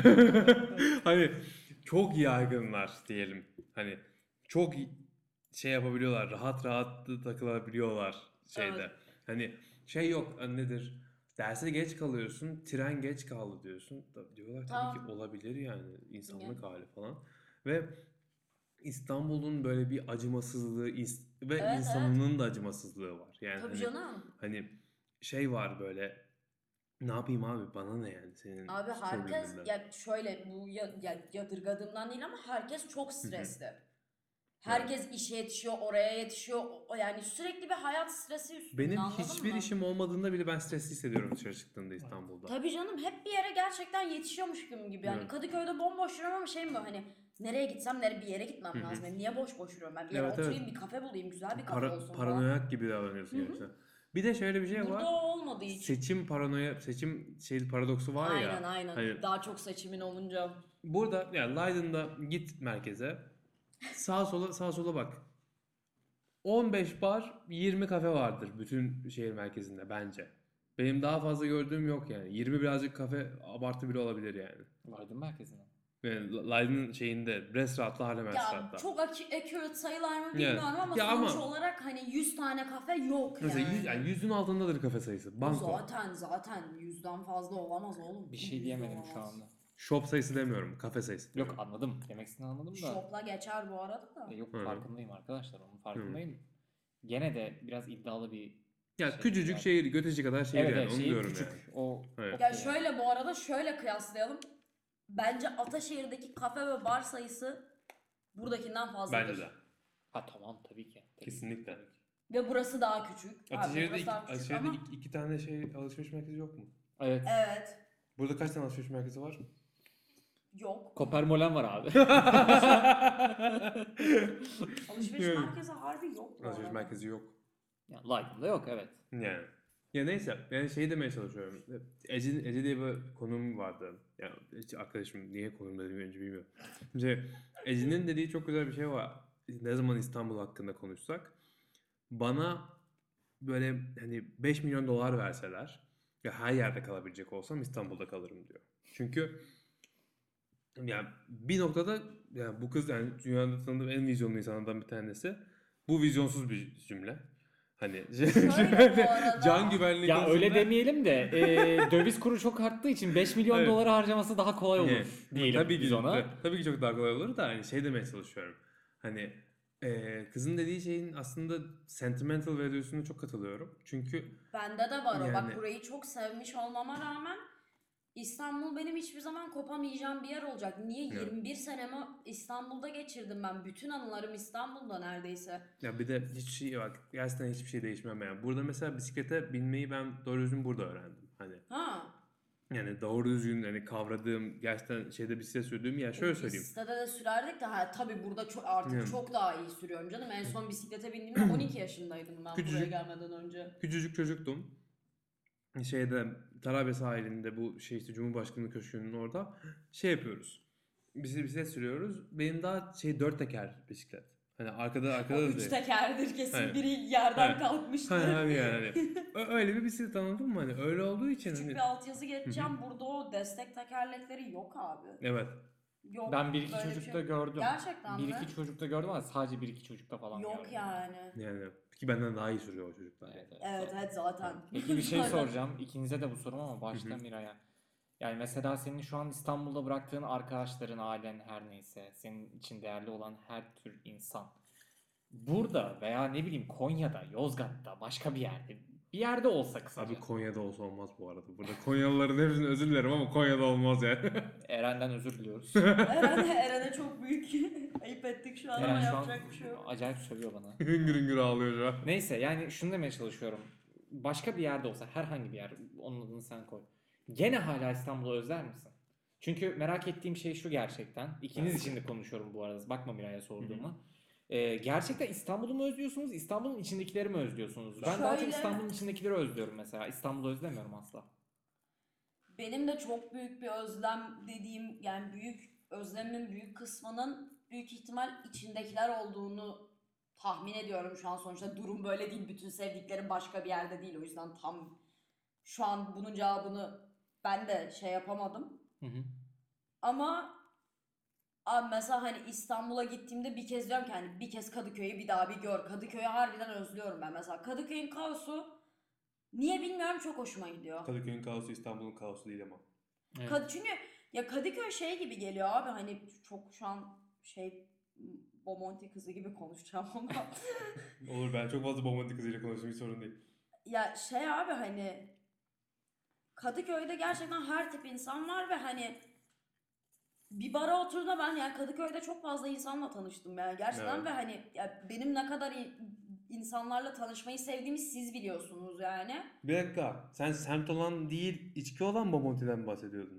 Hani çok yaygınlar diyelim. Hani çok şey yapabiliyorlar. Rahat rahat da takılabiliyorlar şeyde. Evet. Hani şey yok hani nedir? Derse geç kalıyorsun, tren geç kaldı diyorsun. Da- Diyorlar tabii ki Tamam. olabilir yani insanlık Yani. hali falan. Ve İstanbul'un böyle bir acımasızlığı ins- ve Evet, insanının da acımasızlığı var. Yani Tabii hani, canım. hani şey var böyle ne yapayım abi bana ne yani senin Abi herkes probleminden. ya şöyle bu ya, ya yadırgadığımdan değil ama herkes çok hı. stresli. Herkes işe yetişiyor, oraya yetişiyor. O- Yani sürekli bir hayat stresi üstünde, Benim anladın hiçbir mı? işim olmadığında bile ben stresli hissediyorum dışarı çıktığımda İstanbul'da. Tabii canım hep bir yere gerçekten yetişiyormuş gibi gibi. Yani Evet. Kadıköy'de bomboş yürüyorum ama şey mi hani nereye gitsem nereye bir yere gitmem Hı hı. lazım. Yani niye boş boş yürüyorum ben? Bir yere Evet, oturayım, evet. bir kafe bulayım, güzel bir kafe Para, olsun falan. paranoyak gibi davranıyorsun gerçekten. Bir de şöyle bir şey Burada var. o olmadığı için. Seçim paranoya, seçim şey paradoksu var ya. Aynen aynen. Hani Daha çok seçimin olunca. burada yani Leiden'da git merkeze. Sağa sola sağa sola bak. on beş bar, yirmi kafe vardır bütün şehir merkezinde bence. Benim daha fazla gördüğüm yok yani. yirmi birazcık kafe abartı bile olabilir yani. Vardın merkezine. Yani Leiden'ın şeyinde Restaurat'ta Harlem Ya Restaurat'ta. çok ac- accurate sayılar mı Yani, bilmiyorum ama ya sonuç ama- olarak hani yüz tane kafe yok Mesela yani. yüz, yani yüzün altındadır kafe sayısı. O Banko. zaten zaten yüzden fazla olamaz oğlum. Bir şey Yüz diyemedim olamaz. şu anda. Shop sayısı demiyorum. Kafe sayısı. Yok diyorum. anladım. Demek istediğini anladım da. Shop'la geçer bu arada da. E, yok Hı. farkındayım arkadaşlar. Onun farkındayım. Gene de biraz iddialı bir Ya şey küçücük yani. şehir, Göteci kadar şehir Evet yani evet onu şehir diyorum küçük. yani. O Evet. Ya okey. şöyle bu arada şöyle kıyaslayalım. Bence Ataşehir'deki kafe ve bar sayısı buradakinden fazladır. Bence de. Ha tamam tabii ki. Tabii ki, Kesinlikle. tabii ki. Ve burası daha küçük. Abi Ataşehir'de, burası iki, daha küçük Ataşehir'de ama. iki, iki tane şey alışveriş merkezi yok mu? Evet. Evet. Burada kaç tane alışveriş merkezi var? Yok. Kopermolen var abi. Alışveriş Evet. merkezi harbi yok bu Alışveriş arada. merkezi yok. ya, Leiden'da yok evet. Yani. Ya neyse ben şey demeye çalışıyorum. Ece, Ece diye bir konum vardı. Ya hiç arkadaşım niye konum dediğimi önce bilmiyorum. Şimdi Ece'nin dediği çok güzel bir şey var. Ne zaman İstanbul hakkında konuşsak bana böyle hani beş milyon dolar verseler ya her yerde kalabilecek olsam İstanbul'da kalırım diyor. Çünkü yani bir noktada yani bu kız yani dünyada tanıdığım en vizyonlu insanlardan bir tanesi. Bu vizyonsuz bir cümle. Hani Şöyle bu arada- can güvenliği Ya öyle konusunda- demeyelim de e, döviz kuru çok arttığı için beş milyon Evet. doları harcaması daha kolay olur Evet. diyelim tabii biz ki, ona. ta- Tabii ki çok daha kolay olur da hani şey demeye çalışıyorum. Hani e, kızın dediği şeyin aslında sentimental value'suna çok katılıyorum. Çünkü Bende de var o. Yani- Bak burayı çok sevmiş olmama rağmen İstanbul benim hiçbir zaman kopamayacağım bir yer olacak. Niye? Evet. yirmi bir senemi İstanbul'da geçirdim ben. Bütün anılarım İstanbul'da neredeyse. ya bir de hiç şey bak gerçekten hiçbir şey değişmem yani. Burada mesela bisiklete binmeyi ben doğru düzgün burada öğrendim. Hani Ha. yani doğru düzgün hani kavradığım gerçekten şeyde bisiklet sürdüğüm yer şöyle Biz söyleyeyim. sitede de sürerdik de ha, tabii burada çok, artık Evet. çok daha iyi sürüyorum canım. En son bisiklete bindiğimde on iki yaşındaydım ben buraya Küçücük. gelmeden önce. Küçücük çocuktum. Şeyde Tarabya sahilinde bu şey işte Cumhurbaşkanlığı Köşkü'nün orada şey yapıyoruz. Bisiklet, bisiklet sürüyoruz. Benim daha şey dört teker bisiklet. Hani arkada arkada O da üç değil. tekerdir kesin Hayır. biri yerden Hayır. kalkmıştır. Hani, hani yani hani. Ö- öyle bir bisiklet anladın mı? Hani öyle olduğu için Küçük hani. bir altyazı geçeceğim. Burada o destek tekerlekleri yok abi. Evet. Yok. Ben bir iki böyle bir çocukta şey- gördüm. Gerçekten Bir mi? iki çocukta gördüm ama sadece bir iki çocukta falan Yok gördüm. yani. Yani ki benden daha iyi sürüyor o çocuklar. Evet, evet, Evet doğru. evet zaten. Peki bir şey Zaten. soracağım. İkinize de bu sorum ama başta Miray'a. Yani mesela senin şu an İstanbul'da bıraktığın arkadaşların, ailen her neyse, senin için değerli olan her tür insan. Burada veya ne bileyim Konya'da, Yozgat'ta, başka bir yerde, bir yerde olsa kısaca. Abi Konya'da olsa olmaz bu arada. Burada Konyalıların hepsine özür dilerim ama Konya'da olmaz yani. Eren'den özür diliyoruz. Eren'e, Eren'e çok büyük ayıp ettik şu an ama Eren şu an yapacak bir şey yok. acayip sövüyor bana. hüngür hüngür ağlıyor şu an. Neyse yani şunu demeye çalışıyorum. Başka bir yerde olsa herhangi bir yer, onun adını sen koy. Gene hala İstanbul'u özler misin? Çünkü merak ettiğim şey şu gerçekten. İkiniz için de konuşuyorum bu arada. Bakma Miray'a sorduğuma. Ee, gerçekten İstanbul'u mu özlüyorsunuz, İstanbul'un içindekileri mi özlüyorsunuz? Ben daha çok Şöyle- İstanbul'un içindekileri özlüyorum mesela. İstanbul'u özlemiyorum asla. Benim de çok büyük bir özlem dediğim, yani büyük özlemimin büyük kısmının büyük ihtimal içindekiler olduğunu tahmin ediyorum şu an. Sonuçta durum böyle değil. Bütün sevdiklerim başka bir yerde değil. O yüzden tam şu an bunun cevabını ben de şey yapamadım. Hı hı. Ama abi mesela hani İstanbul'a gittiğimde bir kez diyorum ki hani bir kez Kadıköy'ü bir daha bir gör. Kadıköy'ü harbiden özlüyorum ben mesela. Kadıköy'ün kaosu niye bilmiyorum çok hoşuma gidiyor. Kadıköy'ün kaosu İstanbul'un kaosu değil ama. Evet. Kad- çünkü ya Kadıköy şey gibi geliyor abi, hani çok şu an şey Bomonti kızı gibi konuşacağım ama Olur, ben çok fazla Bomonti kızıyla konuştum, hiç sorun değil. ya şey abi hani Kadıköy'de gerçekten her tip insan var ve hani bir bara oturduğumda ben yani Kadıköy'de çok fazla insanla tanıştım yani gerçekten Evet. ve hani ya benim ne kadar iyi insanlarla tanışmayı sevdiğimi siz biliyorsunuz yani. Bir dakika, sen semt olan değil, içki olan Bomonti'den mi bahsediyordun?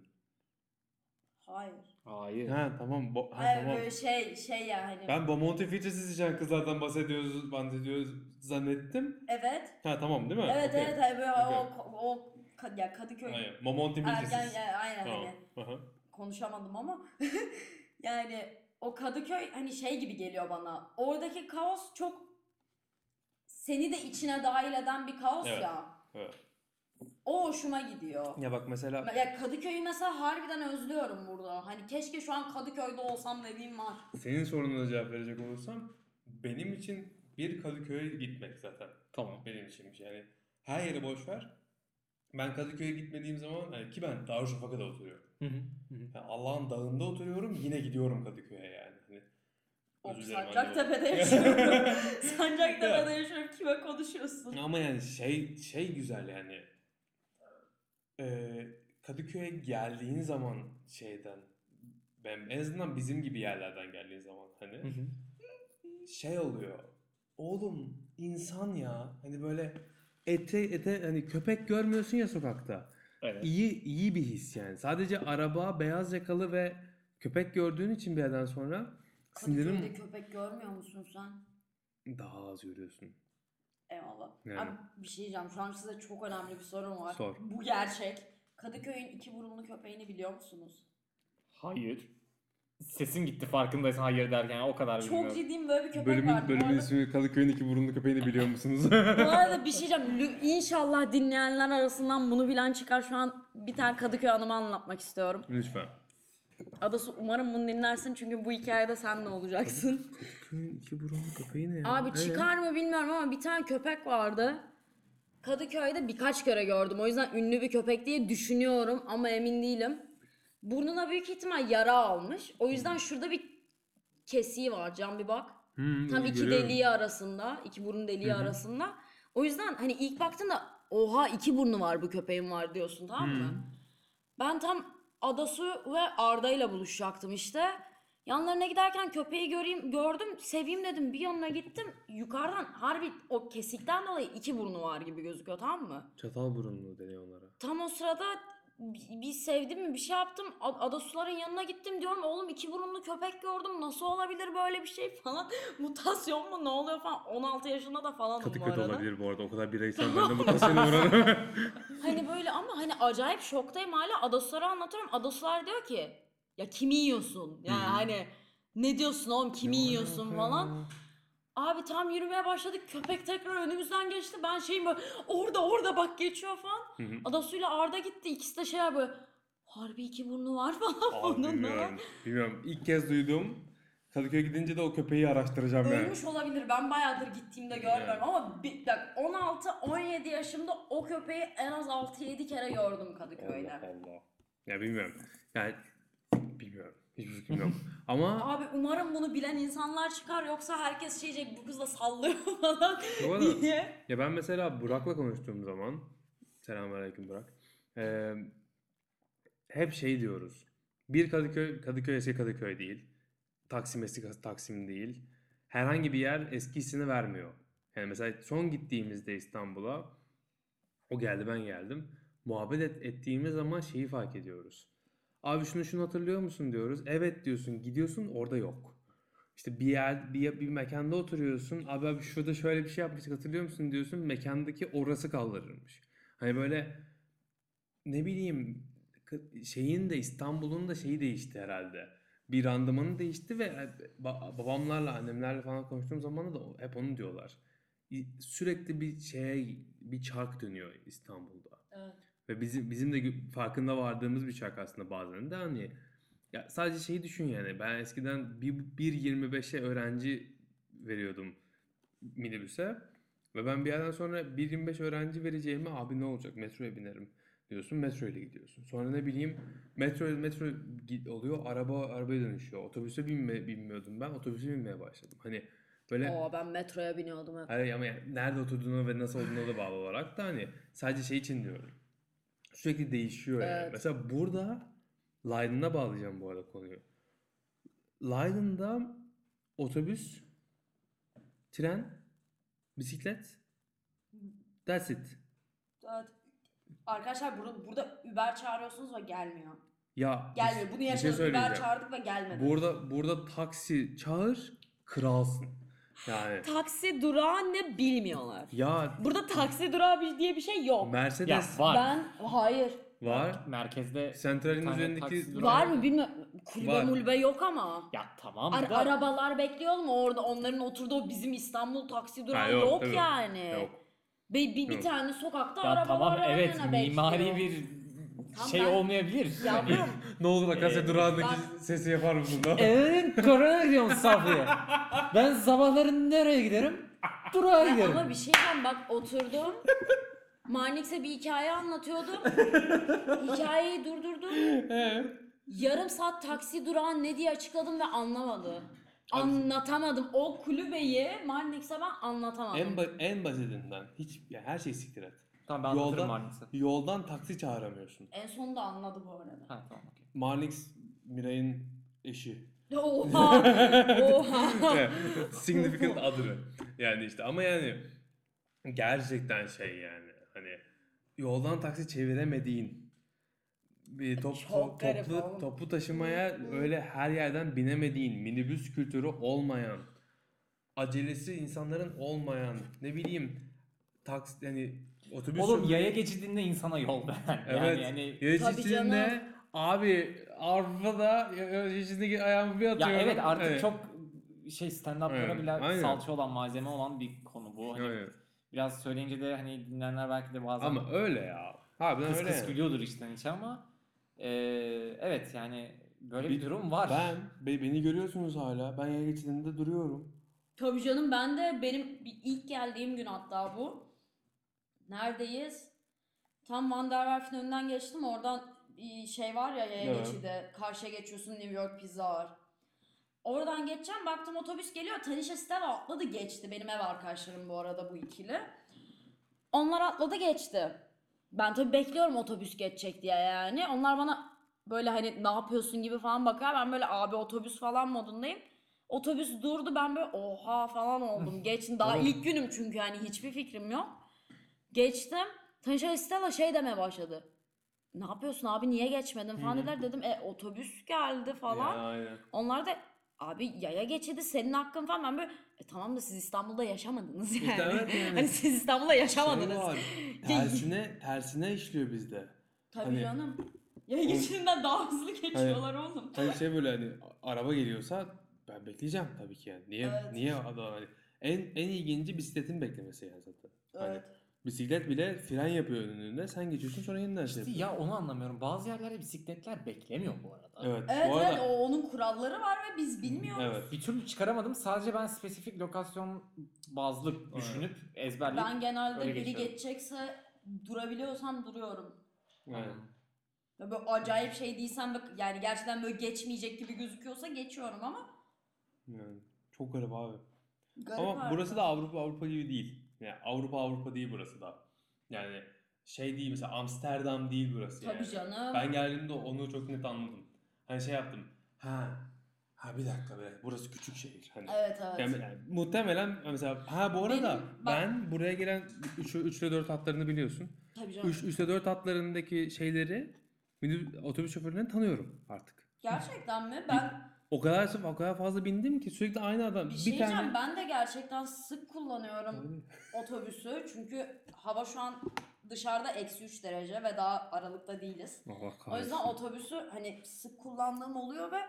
Hayır. Hayır. Ha tamam, bo- ha, Hayır tamam. böyle şey şey yani. Ben Bomonti filtresiz içen kızlardan bahsediyoruz, bahsediyoruz zannettim. Evet. Ha tamam değil mi? Evet Okey. evet evet böyle Okey. o, o ka- ya Kadıköy Aynen. Bomonti ergen filtresiz. ya, aynen Tamam. hani Aha. konuşamadım ama yani o Kadıköy hani şey gibi geliyor bana. Oradaki kaos çok seni de içine dahil eden bir kaos Evet. ya. Evet. O hoşuma gidiyor. Ya bak mesela Ya Kadıköy'ü mesela harbiden özlüyorum burada. Hani keşke şu an Kadıköy'de olsam dediğim var. senin sorununa cevap verecek olursam, benim için bir Kadıköy'e gitmek zaten. Tamam. Benim içinmiş yani. Her yeri boş ver. Ben Kadıköy'e gitmediğim zaman hani, ki ben Darüşşafaka'da oturuyorum. Hı hı. Hı hı. Yani Allah'ın dağında oturuyorum, yine gidiyorum Kadıköy'e yani. Hani, Of, özür dilerim Sancaktepe'de anne. yaşıyorum. Sancaktepe'de yaşıyorum. Kime konuşuyorsun? Ama yani şey şey güzel yani. Ee, Kadıköy'e geldiğin zaman şeyden, ben en azından bizim gibi yerlerden geldiğin zaman hani Hı hı. şey oluyor. Oğlum insan ya, hani böyle ete ete hani köpek görmüyorsun ya sokakta. Evet. İyi iyi bir his yani. Sadece araba, beyaz yakalı ve köpek gördüğün için bir yerden sonra Kadıköy'de sinirim köpek görmüyor musun sen? daha az görüyorsun. Eyvallah. Yani. Abi bir şey diyeceğim. Şu an size çok önemli bir sorum var. Sor. Bu gerçek. Kadıköy'ün iki burunlu köpeğini biliyor musunuz? Hayır. Sesin gitti farkındaysan hayır derken, o kadar Çok bilmiyorum. ciddiyim, böyle bir köpek Bölümün vardı. Bu bölümün arada, ismi Kadıköy'ün iki burunlu köpeğini biliyor musunuz? bu arada bir şey diyeceğim. Lü- İnşallah dinleyenler arasından bunu bilen çıkar. Şu an bir tane Kadıköy anımı anlatmak istiyorum. Lütfen. Adası, umarım bunu dinlersin çünkü bu hikayede sen ne olacaksın? Kadıköy'ün iki burunlu köpeği ne ya? Abi Evet. çıkar mı bilmiyorum ama bir tane köpek vardı. Kadıköy'de birkaç kere gördüm. O yüzden ünlü bir köpek diye düşünüyorum ama emin değilim. Burnuna büyük ihtimal yara almış. O yüzden şurada bir kesiği var. Can bir bak. Hmm, Tam iki görüyorum. deliği arasında, iki burun deliği Hı hı. arasında. O yüzden hani ilk baktığında oha iki burnu var bu köpeğin var diyorsun, tamam mı? Hı. Ben tam Adasu ve Arda ile buluşacaktım işte. Yanlarına giderken köpeği göreyim, gördüm, seveyim dedim. Bir yanına gittim. Yukarıdan harbi o kesikten dolayı iki burnu var gibi gözüküyor, tamam mı? Çatal burunlu deniyor onlara. Tam o sırada bir, bir sevdim mi bir şey yaptım. A- Adasuların yanına gittim, diyorum oğlum iki burunlu köpek gördüm. Nasıl olabilir böyle bir şey falan. Mutasyon mu ne oluyor falan. on altı yaşında da falanım bu Kadıköy'de arada. olabilir bu arada. O kadar bireysel, ben de mutasyona uğradım. Hani böyle ama hani acayip şoktayım hala. Adasulara anlatıyorum. Adasular diyor ki ya kimi yiyorsun? Yani Hı hı. hani ne diyorsun oğlum, kimi yiyorsun falan. Abi tam yürümeye başladık. Köpek tekrar önümüzden geçti. Ben şeyim böyle orada orada bak geçiyor falan. Hı hı. Adasuyla Arda gitti. İkisi de şey böyle harbi iki burnu var falan. Abi bunun da. bilmiyorum. Bilmiyorum. İlk kez duydum. Kadıköy'e gidince de o köpeği araştıracağım yani. Ölmüş olabilir. Ben bayağıdır gittiğimde görmüyorum Yani. ama bir, bak on altı on yedi yaşımda o köpeği en az altı yedi kere gördüm Kadıköy'de. Allah Allah. Ya bilmiyorum. Yani bilmiyorum. Hiçbir fikrim yok. Ama Abi umarım bunu bilen insanlar çıkar, yoksa herkes şey diyecek bu kız da sallıyor falan Bu arada- diye. ya ben mesela Burak'la konuştuğum zaman, selamünaleyküm Burak. Ee, hep şey diyoruz. Bir Kadıköy, Kadıköy eski Kadıköy değil. Taksim eski Taksim değil. Herhangi bir yer eskisini vermiyor. Yani mesela son gittiğimizde İstanbul'a, o geldi ben geldim. Muhabbet et- ettiğimiz zaman şeyi fark ediyoruz. Abi şunu şunu hatırlıyor musun diyoruz. Evet diyorsun, gidiyorsun orada yok. İşte bir yer bir, bir mekanda oturuyorsun. Abi abi şurada şöyle bir şey yapmıştık hatırlıyor musun diyorsun. Mekandaki orası kaldırılmış. Hani böyle ne bileyim k- şeyin de İstanbul'un da şeyi değişti herhalde. Bir randımanı değişti ve ba- babamlarla annemlerle falan konuştuğum zaman da hep onu diyorlar. İ- Sürekli bir şeye bir çark dönüyor İstanbul'da. Evet. Ve bizim bizim de gö- farkında vardığımız bir çark aslında bazen de hani ya sadece şeyi düşün yani ben eskiden bir, bir yirmi beşe öğrenci veriyordum minibüse ve ben bir yerden sonra bir yirmi beş öğrenci vereceğime abi ne olacak metroya binerim diyorsun metro ile gidiyorsun. Sonra ne bileyim metro metro gi- oluyor araba arabaya dönüşüyor. Otobüse binme, binmiyordum ben otobüse binmeye başladım. Hani böyle Oo, ben metroya biniyordum hep. hani ama yani nerede oturduğuna ve nasıl olduğuna da bağlı olarak da hani sadece şey için diyorum. Sürekli değişiyor yani. Evet. Mesela burada Leiden'a bağlayacağım bu arada konuyu. Leiden'da otobüs, tren, bisiklet, that's it. Evet. Arkadaşlar burada, burada Uber çağırıyorsunuz ve gelmiyor. Ya Gelmiyor. Bunu bir şey yaşadık. Uber söyleyeceğim. çağırdık ve gelmedi. Burada burada taksi çağır, kralsın. Yani Taksi durağı ne bilmiyorlar. ya Burada taksi durağı bir- diye bir şey yok. Mercedes Ya var. Ben hayır. var. Merkezde Sentral'in bir tane üzerindeki- taksi durağı Var mı bilmiyorum. Kulübe Var. mulübe yok ama. Ya tamam Ar- da arabalar bekliyor mu orada onların oturduğu o bizim İstanbul taksi durağı Ha, yok, yok, tabii. yani. Yok. Bir, bir, bir Yok. tane sokakta ya arabalar tamam yan evet yana mimari bekliyor. bir Tamam, şey ben- olmayabilir. Hani- Yavrum. Ne oldu da kase Ee, durağındaki ben- sesi yapar mısın lan? Evet, korona gidiyorum Safiye. Ben sabahları nereye giderim? Durağa Ya giderim. ama bir şey diyeceğim bak oturdum. Marnix'e bir hikaye anlatıyordum. Hikayeyi durdurdum. Yarım saat taksi durağı ne diye açıkladım ve anlamadı. Anlatamadım. O kulübeyi Marnix'e ben anlatamadım. En ba- en basitinden hiç ya her şeyi siktir et. Tamam ben anlatırım Yoldan Marnix'e. yoldan taksi çağıramıyorsun. En sonunda anladı bu arada. Ha tamam okey. Marnix Miray'ın eşi. Oha! Oha! Evet, significant other'ı. Yani işte ama yani gerçekten şey yani hani yoldan taksi çeviremediğin bir top, Çok to- garip toplu oğlum. toplu taşımaya öyle her yerden binemediğin, minibüs kültürü olmayan, acelesi insanların olmayan, ne bileyim taksi yani otobüs Oğlum şoförü- yaya geçidinde insana yol ver. Evet. Yani, yani Yaya Tabii geçidinde canım. abi Avrupa'da yaya geçidindeki ayağımı bir ya atıyorum. evet artık Evet. çok şey stand-up'lara Evet, bile aynen. salça olan malzeme olan bir konu bu. Hani Aynen. biraz söyleyince de hani dinleyenler belki de bazen Ama öyle ya. Harbiden kıs öyle. kıs yani. gülüyordur içten içe ama eee, evet yani böyle Bir- bir durum var. Ben, be- beni görüyorsunuz hala. Ben yaya geçidinde duruyorum. Tabii canım ben de benim bir- ilk geldiğim gün hatta bu. Neredeyiz? Tam Van der Werf'in önünden geçtim. Oradan bir şey var ya yaya Evet. geçidi. Karşıya geçiyorsun New York pizza var. Oradan geçeceğim. Baktım otobüs geliyor. Tanisha Stella atladı geçti. Benim ev arkadaşlarım bu arada bu ikili. Onlar atladı geçti. Ben tabii bekliyorum otobüs geçecek diye yani. Onlar bana böyle hani ne yapıyorsun gibi falan bakar. Ben böyle abi otobüs falan modundayım. Otobüs durdu ben böyle oha falan oldum. Geçtim. Daha Oğlum. ilk günüm çünkü hani hiçbir fikrim yok. Geçtim. Tanisha Stella şey demeye başladı. Ne yapıyorsun abi niye geçmedin falan Hı hı. dediler. Dedim e otobüs geldi falan. Ya, aynen. Onlar da abi yaya geçidi senin hakkın falan. Ben böyle e tamam da siz İstanbul'da yaşamadınız yani. İşte evet yani. Hani siz İstanbul'da yaşamadınız. Şey var, tersine, tersine işliyor bizde. Tabii Hani- canım. Yaya geçidinden daha hızlı geçiyorlar oğlum. Hani şey böyle hani araba geliyorsa ben bekleyeceğim tabii ki yani. Niye Evet. niye adam hani en en ilginci bisikletin beklemesi yani zaten. Hani Evet. bisiklet bile fren yapıyor önünde. Sen geçiyorsun sonra yeniden şey İşte yapıyor. ya onu anlamıyorum. Bazı yerlerde bisikletler beklemiyor bu arada. Evet. Evet bu arada evet o onun kuralları var ve biz bilmiyoruz. evet. Bir türlü çıkaramadım. Sadece ben spesifik lokasyon bazlı düşünüp ezberleyip Ben genelde öyle biri geçiyorum. geçecekse durabiliyorsam duruyorum. Yani. Ve böyle acayip şey değilsem ve yani gerçekten böyle geçmeyecek gibi gözüküyorsa geçiyorum ama Yani çok garip abi. garip Ama harbiden. burası da Avrupa Avrupa gibi değil. Yani Avrupa Avrupa değil burası da. Yani şey değil mesela Amsterdam değil burası Tabii yani. canım. Ben geldiğimde onu çok net anladım. Hani şey yaptım. Ha. Ha bir dakika be. Burası küçük şehir. Hani. Evet evet. Yani, yani muhtemelen mesela ha bu arada Benim- bak- ben buraya gelen üç ile dört hatlarını biliyorsun. Tabii canım. üç ile dört hatlarındaki şeyleri minibüs- otobüs şoförlerini tanıyorum artık. Gerçekten mi? Ben o kadar o kadar fazla bindim ki sürekli aynı adam. Bir şey bir diyeceğim, tane ben de gerçekten sık kullanıyorum otobüsü. Çünkü hava şu an dışarıda eksi üç derece ve daha Aralık'ta değiliz. Allah O yüzden kahretsin. otobüsü hani sık kullandığım oluyor ve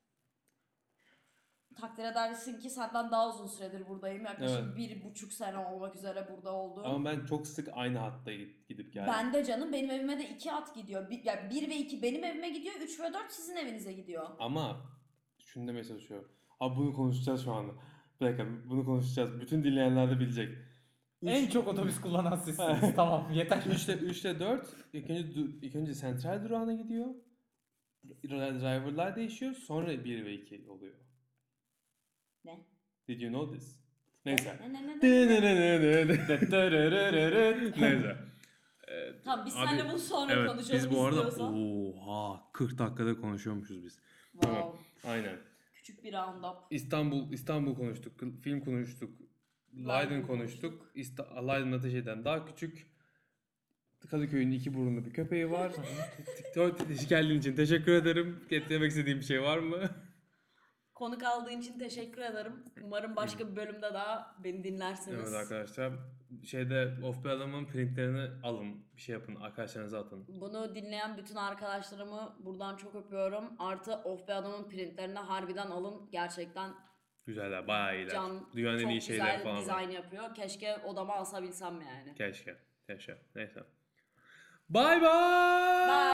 takdir edersin ki senden daha uzun süredir buradayım. Yaklaşık Evet. bir buçuk sene olmak üzere burada oldum. Ama ben çok sık aynı hatta gidip, gidip geldim. Ben de canım, benim evime de iki at gidiyor. Bir, yani bir ve iki benim evime gidiyor, üç ve dört sizin evinize gidiyor. Ama şunu demeye çalışıyorum. Abi bunu konuşacağız şu anda. Bir dakika, bunu konuşacağız. Bütün dinleyenler de bilecek. En çok otobüs kullanan sizsiniz. Tamam yeter. üçte üçte dört ilk önce du- ilk önce sentral durağına gidiyor. Driver'lar değişiyor. Sonra bir ve iki oluyor. Ne? Did you know this? Neyse. Ne ne ne ne? ne? Neyse. Ee, Tamam, biz abi, seninle bunu sonra evet, konuşalım biz bu arada istiyorsan. oha kırk dakikada konuşuyormuşuz biz. Wow. Tamam. Aynen. Küçük bir round up. İstanbul İstanbul konuştuk, film konuştuk, Leiden Leiden konuştuk. İsta- Leiden Ateşe'den daha küçük. Kadıköy'ün iki burunlu bir köpeği var. TikTok geldiğin için teşekkür ederim. Demek istediğim bir şey var mı? Konuk aldığın için teşekkür ederim. Umarım başka bir bölümde daha beni dinlersiniz. Evet arkadaşlar. Şeyde Of Be Adam'ın printlerini alın. Bir şey yapın. Arkadaşlarınıza atın. Bunu dinleyen bütün arkadaşlarımı buradan çok öpüyorum. Artı Of Be Adam'ın printlerini harbiden alın. Gerçekten Güzeller. Bayağı iyiler. Can Dünyanın en çok iyi şeyleri güzel falan var. dizayn yapıyor. Keşke odama asabilsem yani. Keşke. Keşke. Neyse. Bye bye. Bye.